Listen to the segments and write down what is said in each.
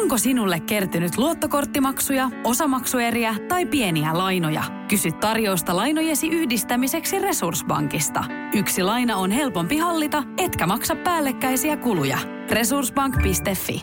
Onko sinulle kertynyt luottokorttimaksuja, osamaksueriä tai pieniä lainoja? Kysy tarjousta lainojesi yhdistämiseksi Resurssbankista. Yksi laina on helpompi hallita, etkä maksa päällekkäisiä kuluja. Resurssbank.fi.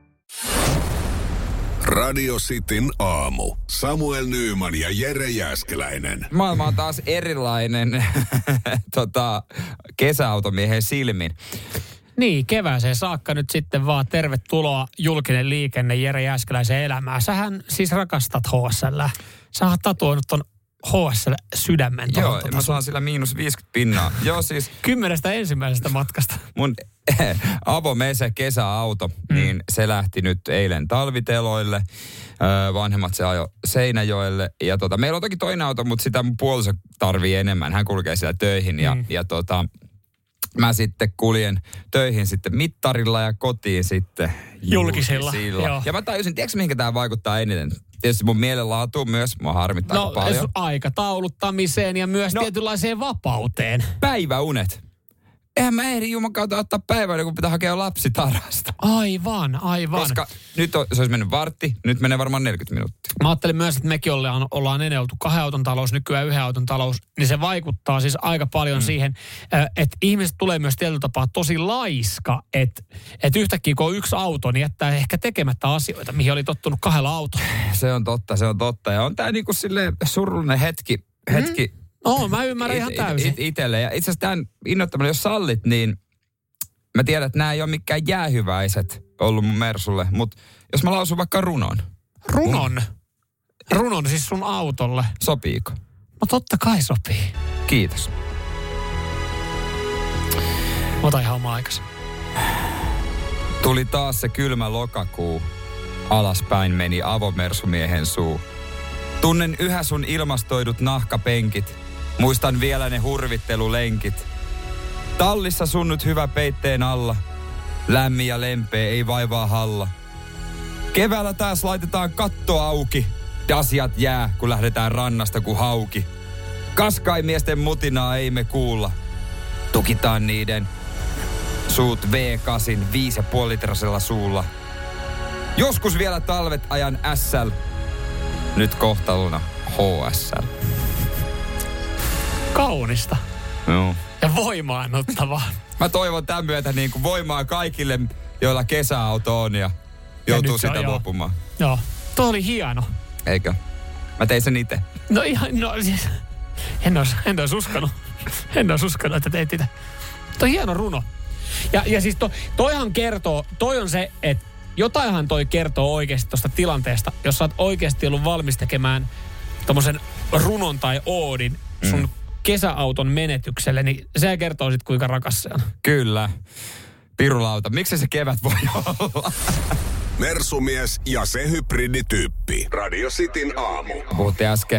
Radio Cityn aamu. Samuel Nyyman ja Jere Jääskeläinen. Maailma on taas erilainen kesäautomiehen silmin. Niin, kevääseen saakka nyt sitten vaan tervetuloa julkinen liikenne Jere Jääskeläisen elämään. Sähän siis rakastat HSL. Sä oot tatuoinut ton HSL sydämen. Joo, mä saan sillä -50 €. Joo, siis 10 ensimmäisestä matkasta. Mun avomese kesäauto, niin se lähti nyt eilen talviteloille. Vanhemmat se ajoi Seinäjoelle. Ja meillä on toki toinen auto, mutta sitä mun puoliso tarvii enemmän. Hän kulkee siellä töihin ja mä sitten kuljen töihin sitten mittarilla ja kotiin sitten julkisilla. Ja mä tajusin, tiedätkö mihinkä tää vaikuttaa eniten? Tietysti mun mielenlaatuun myös, mua harmittaa paljon. Aikatauluttamiseen ja myös tietynlaiseen vapauteen. Päiväunet. Eihän mä ehdi juman kautta ottaa päivää, kun pitää hakea lapsitarhasta. Aivan. Koska nyt se olisi mennyt vartti, nyt menee varmaan 40 minuuttia. Mä ajattelin myös, että mekin ollaan ennen oltu 2 auton talous, nykyään 1 auton talous, niin se vaikuttaa siis aika paljon siihen, että ihmiset tulee myös tietyllä tapaa tosi laiska, että yhtäkkiä kun on 1 auto, niin jättää ehkä tekemättä asioita, mihin oli tottunut 2 autolla. Se on totta. Ja on tää niinku silleen surullinen hetki. Mä ymmärrän ihan täysin. Itelle. Ja itse asiassa tämän innoittamalla, jos sallit, niin mä tiedän, että nämä ei ole mikään jäähyväiset ollut mun Mersulle, mutta jos mä lausun vaikka runon. Runon? Runon siis sun autolle? Sopiiko? No totta kai sopii. Kiitos. Ota ihan oma aikas. Tuli taas se kylmä lokakuu. Alaspäin meni avomersumiehen suu. Tunnen yhä sun ilmastoidut nahkapenkit. Muistan vielä ne hurvittelulenkit. Tallissa sun nyt hyvä peitteen alla. Lämmin ja lempeä, ei vaivaa halla. Keväällä taas laitetaan katto auki. Dasiat jää, kun lähdetään rannasta kuin hauki. Kaskaimiesten mutinaa ei me kuulla. Tukitaan niiden suut V8 5,5-litrasella suulla. Joskus vielä talvet ajan SL. Nyt kohtalona HSL. Kaunista. Joo. Ja voimaannuttavaa. Mä toivon tämän myötä niin kuin voimaa kaikille, joilla kesäauto on ja joutuu sitä luopumaan. Joo. Tuo oli hieno. Eikö? Mä tein sen itse. No siis, en olisi uskonut. En olisi uskonut, että teit itse. Tuo on hieno runo. Ja siis toihan kertoo, toi on se, että jotainhan toi kertoo oikeasti tuosta tilanteesta, jos sä oot oikeasti ollut valmis tekemään tommosen runon tai oodin sun kesäauton menetykselle, niin se kertoo sit kuinka rakas se on. Kyllä. Pirulauta. Miksi se kevät voi olla? Mersumies ja se hybridityyppi. Radio Cityn aamu. Puhuttiin äsken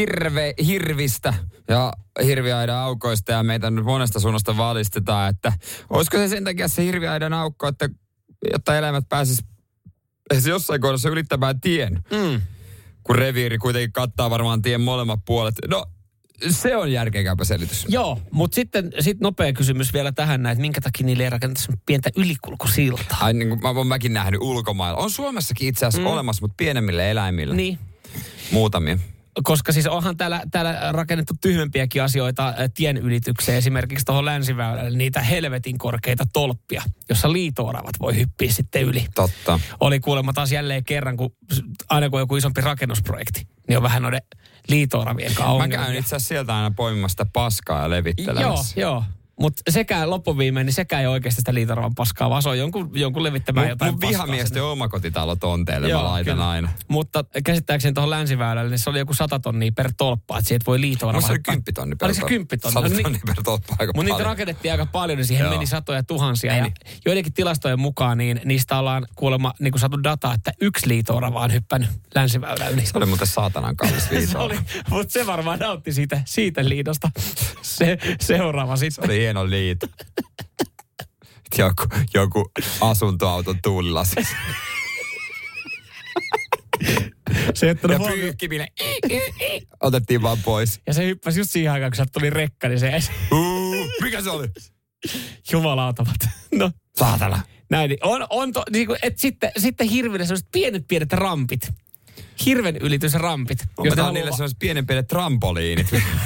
hirvistä ja hirviaidan aukoista ja meitä nyt monesta suunnasta valistetaan, että olisiko se sen takia se hirviaidan aukko, että jotta eläimet pääsis jossain kohdassa ylittämään tien. Kun reviiri kuitenkin kattaa varmaan tien molemmat puolet. No, se on järkeäkäpä selitys. Joo, mutta sitten nopea kysymys vielä tähän näin, että minkä takia niille ei rakenneta pientä ylikulkusiltaa? Ai niin kuin mäkin nähnyt ulkomailla. On Suomessakin itse asiassa olemassa, mutta pienemmille eläimille. Niin. Muutamia. Koska siis onhan täällä rakennettu tyhmempiäkin asioita tien ylitykseen. Esimerkiksi tuohon länsiväylälle niitä helvetin korkeita tolppia, jossa liito-oravat voi hyppiä sitten yli. Totta. Oli kuulemma taas jälleen kerran, aina kun on joku isompi rakennusprojekti, niin on vähän noiden liito-oravien kanssa ongelmia. Mä käyn itse asiassa sieltä aina poimimasta paskaa ja levittelemässä. Joo. Mutta sekään loppuviimein, niin sekään ei oikeasti sitä liito-oravan paskaa, vaan se on jonkun levittämään jotain paskaa. Mun vihamiesten omakotitalo tonteille mä laitan kyllä aina. Mutta käsittääkseni tuohon länsiväylälle, niin se oli joku 100 tonnia per tolppa, että siitä voi liito-orava. Se oli 10 tonni per tolppa. Oli se 10 tonni? 100 tonnia per tolppa aika paljon. Mutta niitä rakennettiin aika paljon, niin siihen meni satoja tuhansia. Ja joidenkin tilastojen mukaan, niin niistä ollaan kuulemma niin kuin saatu dataa, että 1 liito-orava on hyppännyt länsiväylä yli. Se oli muuten saatanan kallis liito-orava. Mutta se varmaan nautti siitä liitosta. Se seuraava sitten. Se oli hieno liito. Joku asuntoauton tuulilasissa. Se ja pyyhkiminen. Otettiin vaan pois. Ja se hyppäsi just siihen aikaan, kun sieltä tuli rekka, niin se mikä se oli? Jumalauta. No. Saatana. Näin, niin sitten hirville sellaiset pienet rampit. Hirven ylitysrampit. Otetaan niille sellaiset pienet trampoliinit.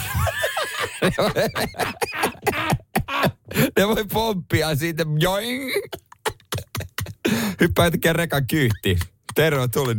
Ne voi pomppia siitä. Joing! Hyppää jotenkin rekan kyyhtiin. Tervetuloa.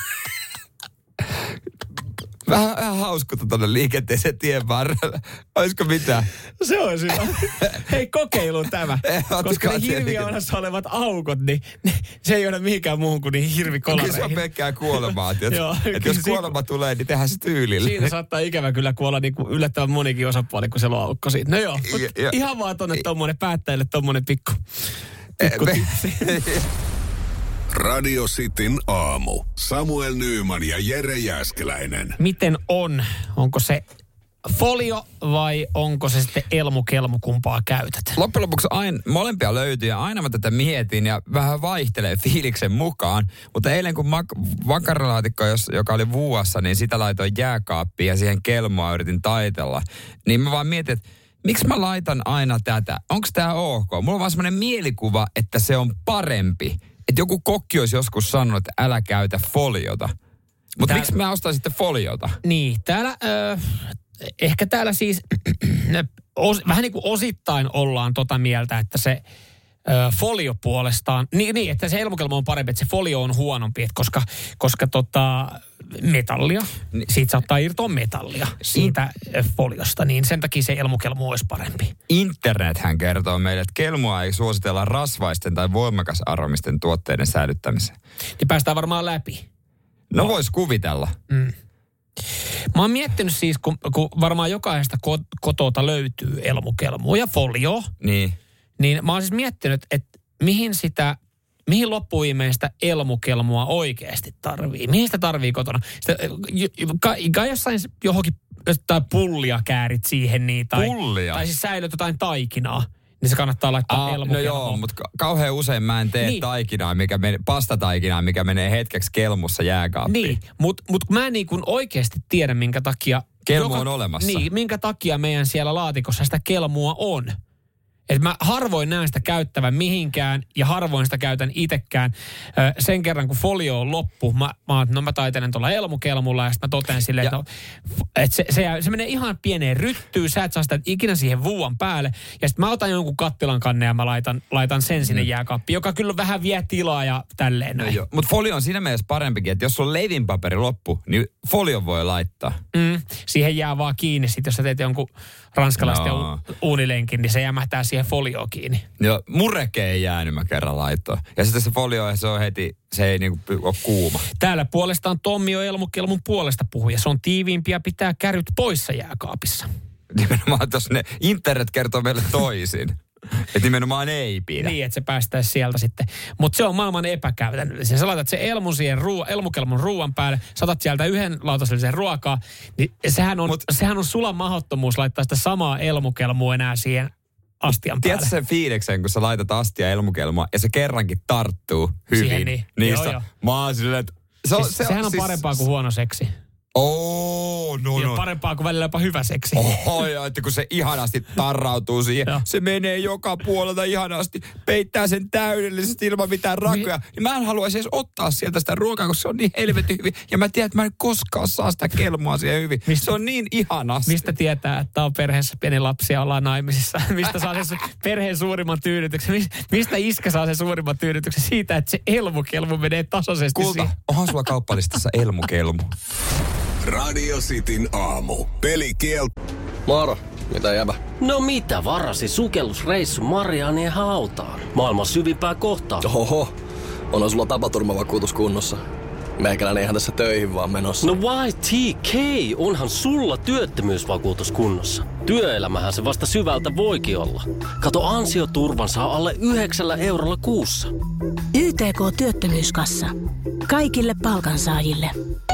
Vähän hauskuutta tuonne liikenteeseen tien varrella. Olisiko mitään? Se on hyvä. Hei, kokeilu tämä. Koska ne hirviönässä olevat aukot, niin se ei ole mihinkään muuhun kuin niin hirvikolareihin. Kyllä se on pelkkää kuolemaa. Että jos kuolema tulee, niin tehdään se tyylillä. Siinä saattaa ikävä kyllä kuolla niin kuin yllättävän monikin osapuoli, kun se on aukko siitä. No joo, ihan vaan tuonne tommonen päättäjille tommonen pikku tipsi. Radio Cityn aamu. Samuel Nyyman ja Jere Jääskeläinen. Miten on? Onko se folio vai onko se sitten elmukelmu, kumpaa käytät? Loppujen lopuksi molempia löytyy ja aina mä tätä mietin ja vähän vaihtelee fiiliksen mukaan. Mutta eilen kun makaronilaatikko, joka oli vuossa, niin sitä laitoin jääkaappiin ja siihen kelmoa yritin taitella. Niin mä vaan mietin, että miksi mä laitan aina tätä? Onko tää ok? Mulla on vaan semmoinen mielikuva, että se on parempi. Että joku kokki olisi joskus sanonut, että älä käytä foliota. Mutta miksi mä ostan sitten foliota? Niin, ehkä täällä siis vähän niin kuin osittain ollaan tota mieltä, että se folio puolestaan, niin että se elmukelma on parempi, että se folio on huonompi, että koska metallia, siitä saattaa irtoa metallia siitä foliosta, niin sen takia se elmukelmu olisi parempi. Internethän kertoo meille, että kelmua ei suositella rasvaisten tai voimakasaromisten tuotteiden säilyttämiseen. Niin päästään varmaan läpi. No vois kuvitella. Mä oon miettinyt siis, kun varmaan jokaisesta kotota löytyy elmukelmua ja folio. Niin mä oon siis miettinyt, että mihin loppuviimeistä elmukelmua oikeasti tarvii? Mihin sitä tarvii kotona? Kai jossain johonkin pullia käärit siihen niin. Pullia? Tai siis säilöt jotain taikinaa. Niin se kannattaa laittaa elmukelmoon. No joo, mutta kauhean usein mä en tee taikinaa, pastataikinaa, mikä menee hetkeksi kelmussa jääkaappiin. Niin, mutta mä en niin kuin oikeasti tiedä, minkä takia kelmu on olemassa. Niin, minkä takia meidän siellä laatikossa sitä kelmua on. Että mä harvoin näen sitä käyttävän mihinkään ja harvoin sitä käytän itsekään. Sen kerran, kun folio on loppu, mä taitelen tuolla elmukelmulla ja sitten mä totean silleen, että se menee ihan pieneen ryttyyn. Sä et saa sitä ikinä siihen vuuan päälle. Ja sitten mä otan jonkun kattilan kannen ja mä laitan sen sinne jääkaappiin, joka kyllä vähän vie tilaa ja tälleen näin. No mutta folio on siinä mielessä parempikin, että jos on leivinpaperi loppu, niin folio voi laittaa. Siihen jää vaan kiinni. Sitten jos sä teet jonkun ranskalaisten uunilenkin, niin se jämähtää siihen folioon kiinni. Joo, mureke ei jäänyt, mä kerran laittoon. Ja sitten se folio, se on heti, se ei niinku ole kuuma. Täällä puolestaan Tommi on elmukelmun puolesta puhuja. Se on tiiviimpi ja pitää käryt poissa jääkaapissa. Nimenomaan, jos ne internet kertoo meille toisin. Että nimenomaan ei pidä. Niin, että se päästäisi sieltä sitten. Mutta se on maailman epäkäytännöllisen. Sä laitat se elmukelmun ruuan päälle, saatat sieltä yhden lautasellisen ruokaa, niin sehän on sulan mahdottomuus laittaa sitä samaa elmukelmua enää siihen astian päälle. Tiedätkö sen fiiliksen, kun sä laitat astia elmukelmaa ja se kerrankin tarttuu hyvin? Siihen Niistä. Mä oon silleen, että sehän on parempaa kuin huono seksi. Ja parempaa kuin välillä jopa hyvä seksi. Että kun se ihanasti tarrautuu siihen. Se menee joka puolelta ihanasti. Peittää sen täydellisesti ilman mitään rakoja. Niin mä en haluaisi edes ottaa sieltä sitä ruokaa, koska se on niin helvetin hyvin. Ja mä tiedän, että mä en koskaan saa sitä kelmua siihen hyvin. Se on niin ihanasti. Mistä tietää, että on perheessä pieni lapsi ja ollaan naimisissa? Mistä saa se perheen suurimman tyydytyksen? Mistä iskä saa sen suurimman tyydytyksen? Siitä, että se elmukelmu menee tasaisesti. Kulta, onhan sulla kauppalistassa elmukelmu? Radio Cityn aamu. Pelikielto. Moro, mitä jäbä? No mitä varasi sukellusreissu Marianien hautaan? Maailman syvimpää kohtaa. Oho, onhan sulla tapaturmavakuutus kunnossa. Meikäläinen ihan tässä töihin vaan menossa. No YTK, onhan sulla työttömyysvakuutus kunnossa. Työelämähän se vasta syvältä voikin olla. Kato, ansioturvan saa alle 9 eurolla kuussa. YTK Työttömyyskassa. Kaikille palkansaajille.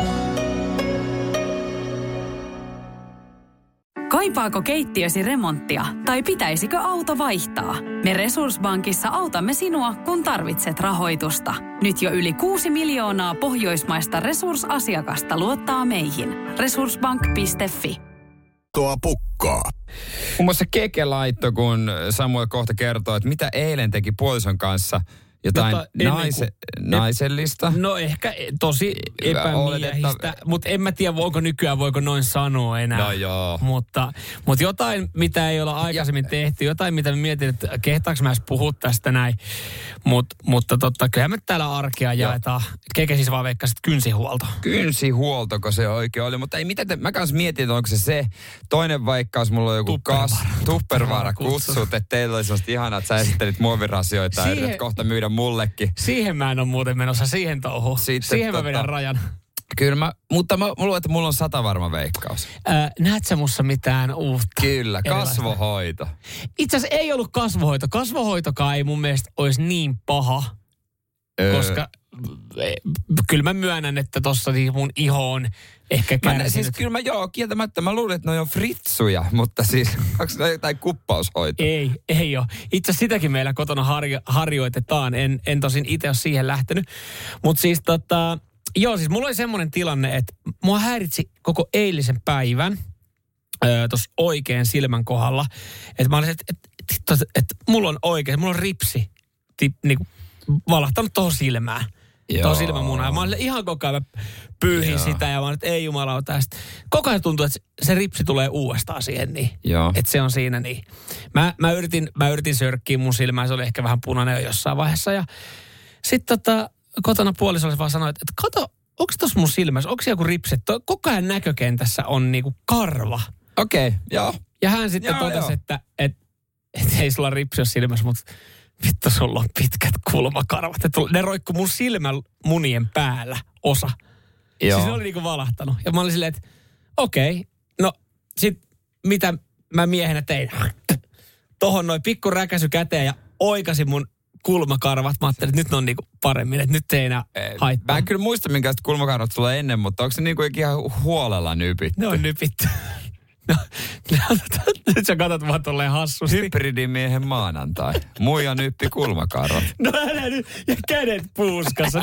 Kaipaako keittiösi remonttia tai pitäisikö auto vaihtaa? Me Resurssbankissa autamme sinua, kun tarvitset rahoitusta. Nyt jo yli 6 miljoonaa pohjoismaista resursasiakasta luottaa meihin. Resurssbank.fi. Tuo pukkaa. Muun muassa Keke laitto, kun Samuel kohta kertoo, että mitä eilen teki puolison kanssa. Jotain naisellista? No ehkä tosi epämiehistä, mutta en mä tiedä, voiko noin sanoa enää. No joo. Mutta jotain, mitä ei olla aikaisemmin tehty, jotain, mitä mä mietin, että kehtaanko mä edes puhua tästä näin. Mutta kyllähän me täällä arkea jaetaan. Keke siis vaan veikkasit kynsihuolto. Kynsihuoltoko se oikein oli, mutta ei mä kanssa mietin, että onko se toinen vaikkaus, mulla on joku Tupperware kutsut, että teillä oli sellaista ihanaa, että sä esittelit muovirasioita ja yrität kohta myydä mullekin. Siihen mä en ole muuten menossa, siihen touhuun. Siihen mä vedän rajan. Kyllä mutta mä luulen, että mulla on 100 varma veikkaus. Näet sä mussa mitään uutta? Kyllä, kasvohoito. Itse asiassa ei ollut kasvohoito. Kasvohoitokaan ei mun mielestä olisi niin paha, koska kyllä mä myönnän, että tossa mun iho on ehkä kärsinyt. Siis kyllä kieltämättä mä luulen, että ne on fritsuja, mutta siis onko ne jotain kuppaushoitoa? Ei ole. Itse asiassa sitäkin meillä kotona harjoitetaan. En tosin itse ole siihen lähtenyt. Mutta siis siis mulla oli semmoinen tilanne, että mua häiritsi koko eilisen päivän tuossa oikean silmän kohdalla. Että mä olisin, että mulla on ripsi niinku valahtanut tuohon silmään. Tuohon silmämunaan. Mä olin ihan koko ajan, mä pyyhin sitä ja mä olin, että ei jumalauta tästä. Koko ajan tuntuu, että se ripsi tulee uudestaan siihen niin. Että se on siinä niin. Mä yritin sörkkiä mun silmää, se oli ehkä vähän punainen jo jossain vaiheessa. Ja sitten kotona puolisolle vaan sanoi, että kato, onko tuossa mun silmässä, onko se joku ripsi? Koko ajan näkökentässä on niinku karva. Okei, joo. Ja hän sitten totesi, että ei sulla ripsi ole silmässä, mutta vittu, sulla on pitkät kulmakarvat. Ne roikkuu mun silmämunien päällä osa. Joo. Siis ne oli niinku valahtanut. Ja mä olin silleen, että okei, no sit mitä mä miehenä tein? Tohon noin pikku räkäsy käteen ja oikasin mun kulmakarvat. Mä ajattelin, että nyt ne on niinku paremmin, että nyt ei enää haittaa. Mä en kyllä muista, minkälaiset kulmakarvat sulla ennen, mutta onko se niinku ihan huolella nypitty? Ne on nypitty. No, nyt sä katsot vaan tolleen hassusti. Hybridimiehen maanantai. Muija nyppi kulmakarvat. No älä nyt, ja kädet puuskassa.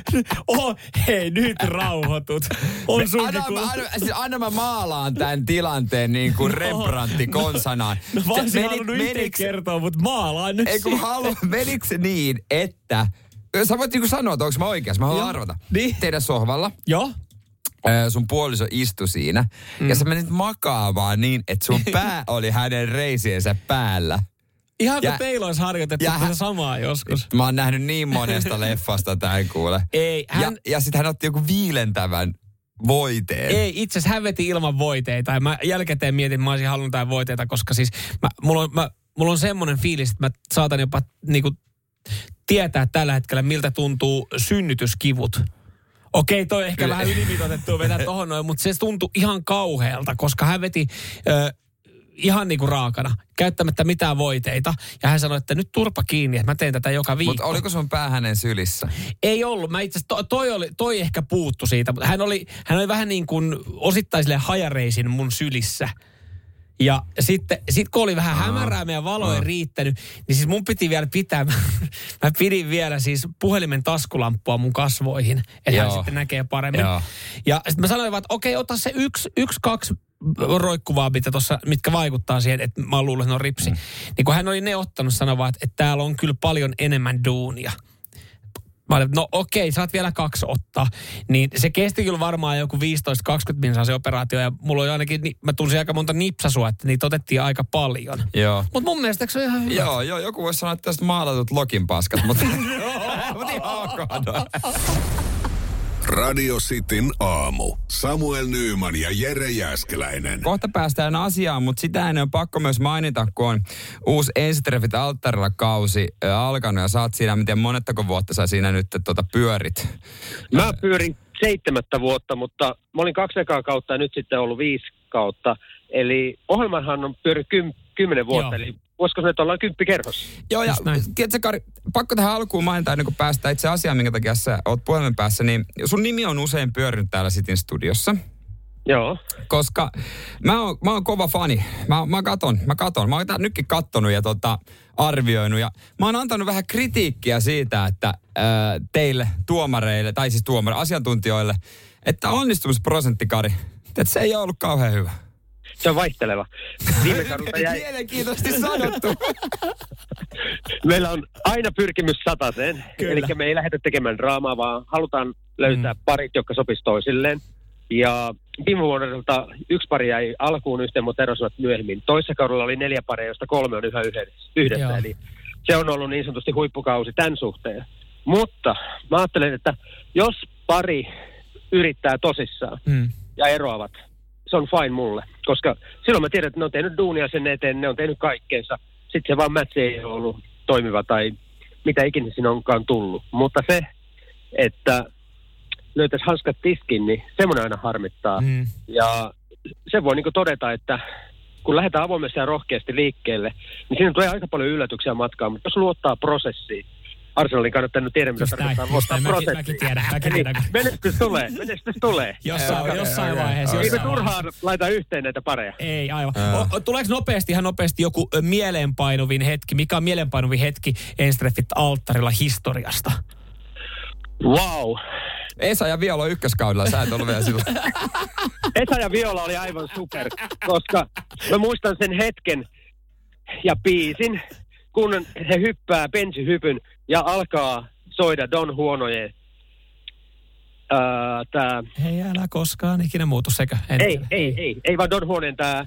Nyt rauhoitut. On Anna mä maalaan tämän tilanteen niin kuin Rembrandti konsanaan. No vaan sä halunnut itse kertoa, mutta maalaan nyt. Ei kun menikö se niin, että sä voit niinku sanoa, että onko mä oikeassa. Mä haluan arvata. Niin. Teidän sohvalla. Joo. Sun puoliso istui siinä. Ja sä menit makaamaan niin, että sun pää oli hänen reisiensä päällä. Ihan kuin teillä olisi harjoitettu tätä samaa joskus. Mä oon nähnyt niin monesta leffasta tämän kuule. Ei, ja sit hän otti joku viilentävän voiteen. Ei, itse asiassa hän veti ilman voiteita. Ja mä jälkikäteen mietin, että mä olisin halunnut jotain voiteita, koska siis mulla on semmoinen fiilis, että mä saatan jopa niinku tietää tällä hetkellä, miltä tuntuu synnytyskivut. Okei, toi ehkä vähän ylimitoitettua vetää tohon noin, mutta se tuntui ihan kauhealta, koska hän veti ihan niinku raakana, käyttämättä mitään voiteita. Ja hän sanoi, että nyt turpa kiinni, että mä teen tätä joka viikko. Mutta oliko sun pää hänen sylissä? Ei ollut. Mä itse asiassa, toi ehkä puuttu siitä, mutta hän oli vähän niin kuin osittain silleen hajareisin mun sylissä. Ja sitten kun oli vähän hämärää, meidän valo ei riittänyt, niin siis mun piti vielä pitää, mä pidin vielä siis puhelimen taskulamppua mun kasvoihin, että hän sitten näkee paremmin. Joo. Ja sitten mä sanoin vaan, että okei, ota se yksi, kaksi roikkuvaa, mitkä vaikuttaa siihen, että mä luulen, että ne on ripsi. Niin kun hän oli ne ottanut, sanoi vaan, että täällä on kyllä paljon enemmän duunia. Mä olin, no okei, saat vielä 2 ottaa. Niin se kesti kyllä varmaan joku 15-20 minsaa se operaatio. Ja mulla oli ainakin, mä tunsin aika monta nipsasua, että niitä otettiin aika paljon. Joo. Mutta mun mielestä se on ihan hyvä. Joo, joku voisi sanoa, että tästä maalatut lokin paskat, mutta Radio Cityn aamu. Samuel Nyyman ja Jere Jääskeläinen. Kohta päästään asiaan, mutta sitä ennen on pakko myös mainita, kun on uusi Ensitreffit alttarilla kausi alkanut ja sä oot siinä, miten monettako vuotta sä siinä nyt pyörit? Mä pyörin 7 vuotta, mutta mä olin 2 ekaa kautta ja nyt sitten ollut 5 kautta. Eli ohjelmanhan on pyörinyt 10 vuotta, eli voisiko se, että ollaan 10 kerhossa? Joo, ja tiedätkö Kari, pakko tähän alkuun mainita ennen kuin päästään itse asiaan, minkä takia sä oot puhelimen päässä, niin sun nimi on usein pyörinyt täällä Cityn studiossa. Joo. Koska mä oon kova fani. Mä katon. Mä oon nytkin kattonut ja arvioinut. Ja mä oon antanut vähän kritiikkiä siitä, että teille tuomareille, tai siis asiantuntijoille, että onnistumisprosentti, Kari, että se ei ole ollut kauhean hyvä. Se on vaihteleva. Viime kaudelta jäi... Mielenkiintoisesti sanottu. Meillä on aina pyrkimys 100. Eli me ei lähdetä tekemään draamaa, vaan halutaan löytää parit, jotka sopisi toisilleen. Ja viime vuodelta 1 pari jäi alkuun yhteen, mutta erosivat myöhemmin. Toissa kaudella oli 4 paria, josta 3 on yhä yhdessä. Eli se on ollut niin sanotusti huippukausi tämän suhteen. Mutta mä ajattelen, että jos pari yrittää tosissaan ja eroavat, se on fine mulle. Koska silloin mä tiedän, että ne on tehnyt duunia sen eteen, ne on tehnyt kaikkeensa. Sitten se vaan match ei ollut toimiva tai mitä ikinä siinä onkaan tullut. Mutta se, että löytäisi hanskat tiskiin, niin semmoinen aina harmittaa. Ja se voi niinku todeta, että kun lähdetään avoimesti ja rohkeasti liikkeelle, niin siinä tulee aika paljon yllätyksiä matkaan. Mutta jos luottaa prosessiin, Arsenalin kannattaa nyt tiedä, mitä tarkoittaa luottaa prosessiin. Mäkin tiedän. Menestys tulee. Jossain vaiheessa. Ei me turhaan laita yhteen näitä pareja. Ei, aivan. Tuleeko ihan nopeasti joku mieleenpainuvin hetki? Mikä on mieleenpainuvin hetki Enstreffit alttarilla historiasta? Wow. Esa ja Viola ykköskaudella, sä et ollut vielä silloin. Esa ja Viola oli aivan super, koska mä muistan sen hetken ja biisin, kun he hyppää benchihypyn ja alkaa soida Don Juanojen tää... Ei älä koskaan ikinä muutu, sekö? Ei vaan Don Juanen tää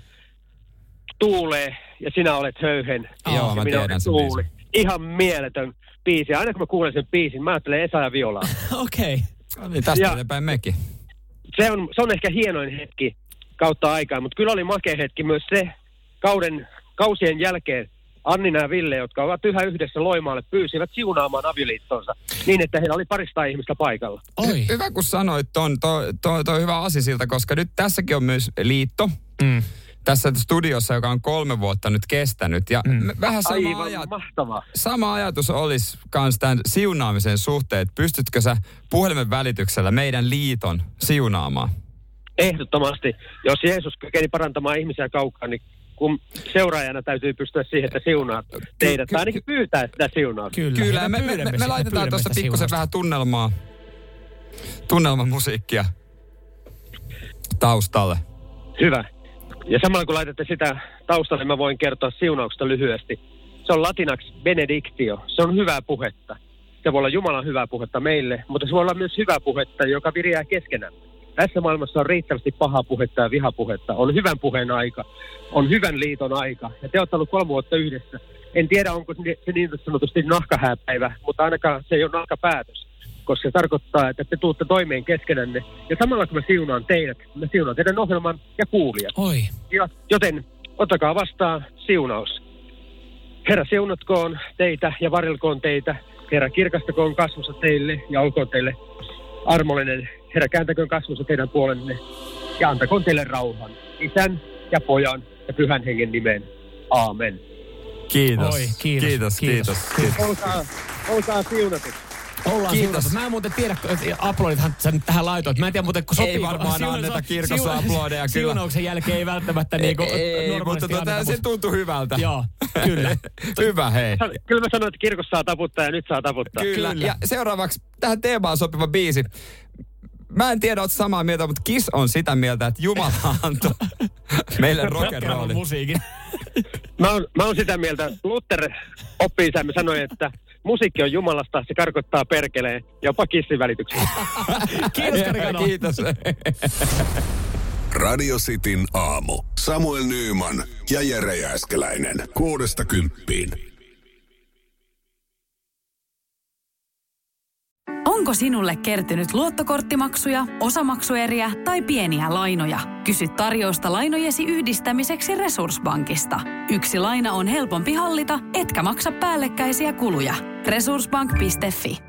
Tuulee ja sinä olet höyhen. Joo, mä tiedän sen biisin. Ihan mieletön biisi. Aina kun mä kuulen sen biisin, mä ajattelen Esa ja Violaa. Okei. Niin tästä eteenpäin mekin. Se on ehkä hienoin hetki kautta aikaa, mutta kyllä oli makea hetki myös se kausien jälkeen. Annina ja Ville, jotka ovat yhä yhdessä Loimaalle, pyysivät siunaamaan avioliittonsa niin, että heillä oli 200 ihmistä paikalla. Hyvä, kun sanoit toi hyvä asisilta, koska nyt tässäkin on myös liitto. Tässä studiossa, joka on 3 vuotta nyt kestänyt. Ja vähän sama ajatus olisi myös tämän siunaamisen suhteen. Pystytkö sä puhelimen välityksellä meidän liiton siunaamaan? Ehdottomasti. Jos Jeesus kykeni parantamaan ihmisiä kaukaa, niin kun seuraajana täytyy pystyä siihen, että siunaat teidät. Tai ainakin pyytää sitä siunaa. Kyllä. Me laitetaan tuossa pikkusen vähän tunnelmamusiikkia taustalle. Hyvä. Ja samalla kun laitatte sitä taustalle, mä voin kertoa siunauksesta lyhyesti. Se on latinaksi benedictio. Se on hyvää puhetta. Se voi olla Jumalan hyvää puhetta meille, mutta se voi olla myös hyvää puhetta, joka viriää keskenään. Tässä maailmassa on riittävästi pahaa puhetta ja vihapuhetta. On hyvän puheen aika. On hyvän liiton aika. Ja te olette ollut 3 vuotta yhdessä. En tiedä, onko se niin sanotusti nahkahääpäivä, mutta ainakaan se ei ole nahkapäätös. Koska se tarkoittaa, että te tuutte toimeen keskenänne. Ja samalla kun mä siunaan teidät, mä siunaan teidän ohjelman ja kuulijat. Oi. Joten ottakaa vastaan siunaus. Herra siunatkoon teitä ja varjelkoon teitä. Herra kirkastakoon kasvonsa teille ja olkoon teille armollinen. Herra kääntäköön kasvonsa teidän puolenne ja antakoon teille rauhan. Isän ja Pojan ja Pyhän Hengen nimeen. Aamen. Kiitos. Oi, kiitos. Olkaa siunatut. Ollaan siunattu. Mä en muuten tiedä, aplodithan sä nyt tähän laitoit. Mä en tiedä muuten, kun sopii. Ei varmaan anneta kirkossa aplodeja kyllä. Siunauksen jälkeen ei välttämättä niinku normaalisti mutta se tuntui hyvältä. Joo, kyllä. Hyvä, hei. Kyllä mä sanoin, että kirkossa saa taputtaa ja nyt saa taputtaa. Kyllä. Ja seuraavaksi tähän teemaan sopiva biisi. Mä en tiedä, oot samaa mieltä, mutta Kiss on sitä mieltä, että Jumala antoi meille rock'n'rollin musiikin. Mä oon sitä mieltä. Luther oppi-isämme sanoi, että musiikki on Jumalasta, se karkottaa perkeleen, jopa Kissin välityksellä. Kiitos, Karikano. Kiitos. Radio Cityn aamu. Samuel Nyyman ja Jere Jääskeläinen. 6–10. Onko sinulle kertynyt luottokorttimaksuja, osamaksueriä tai pieniä lainoja? Kysy tarjousta lainojesi yhdistämiseksi Resurssbankista. Yksi laina on helpompi hallita, etkä maksa päällekkäisiä kuluja. Resurssbank.fi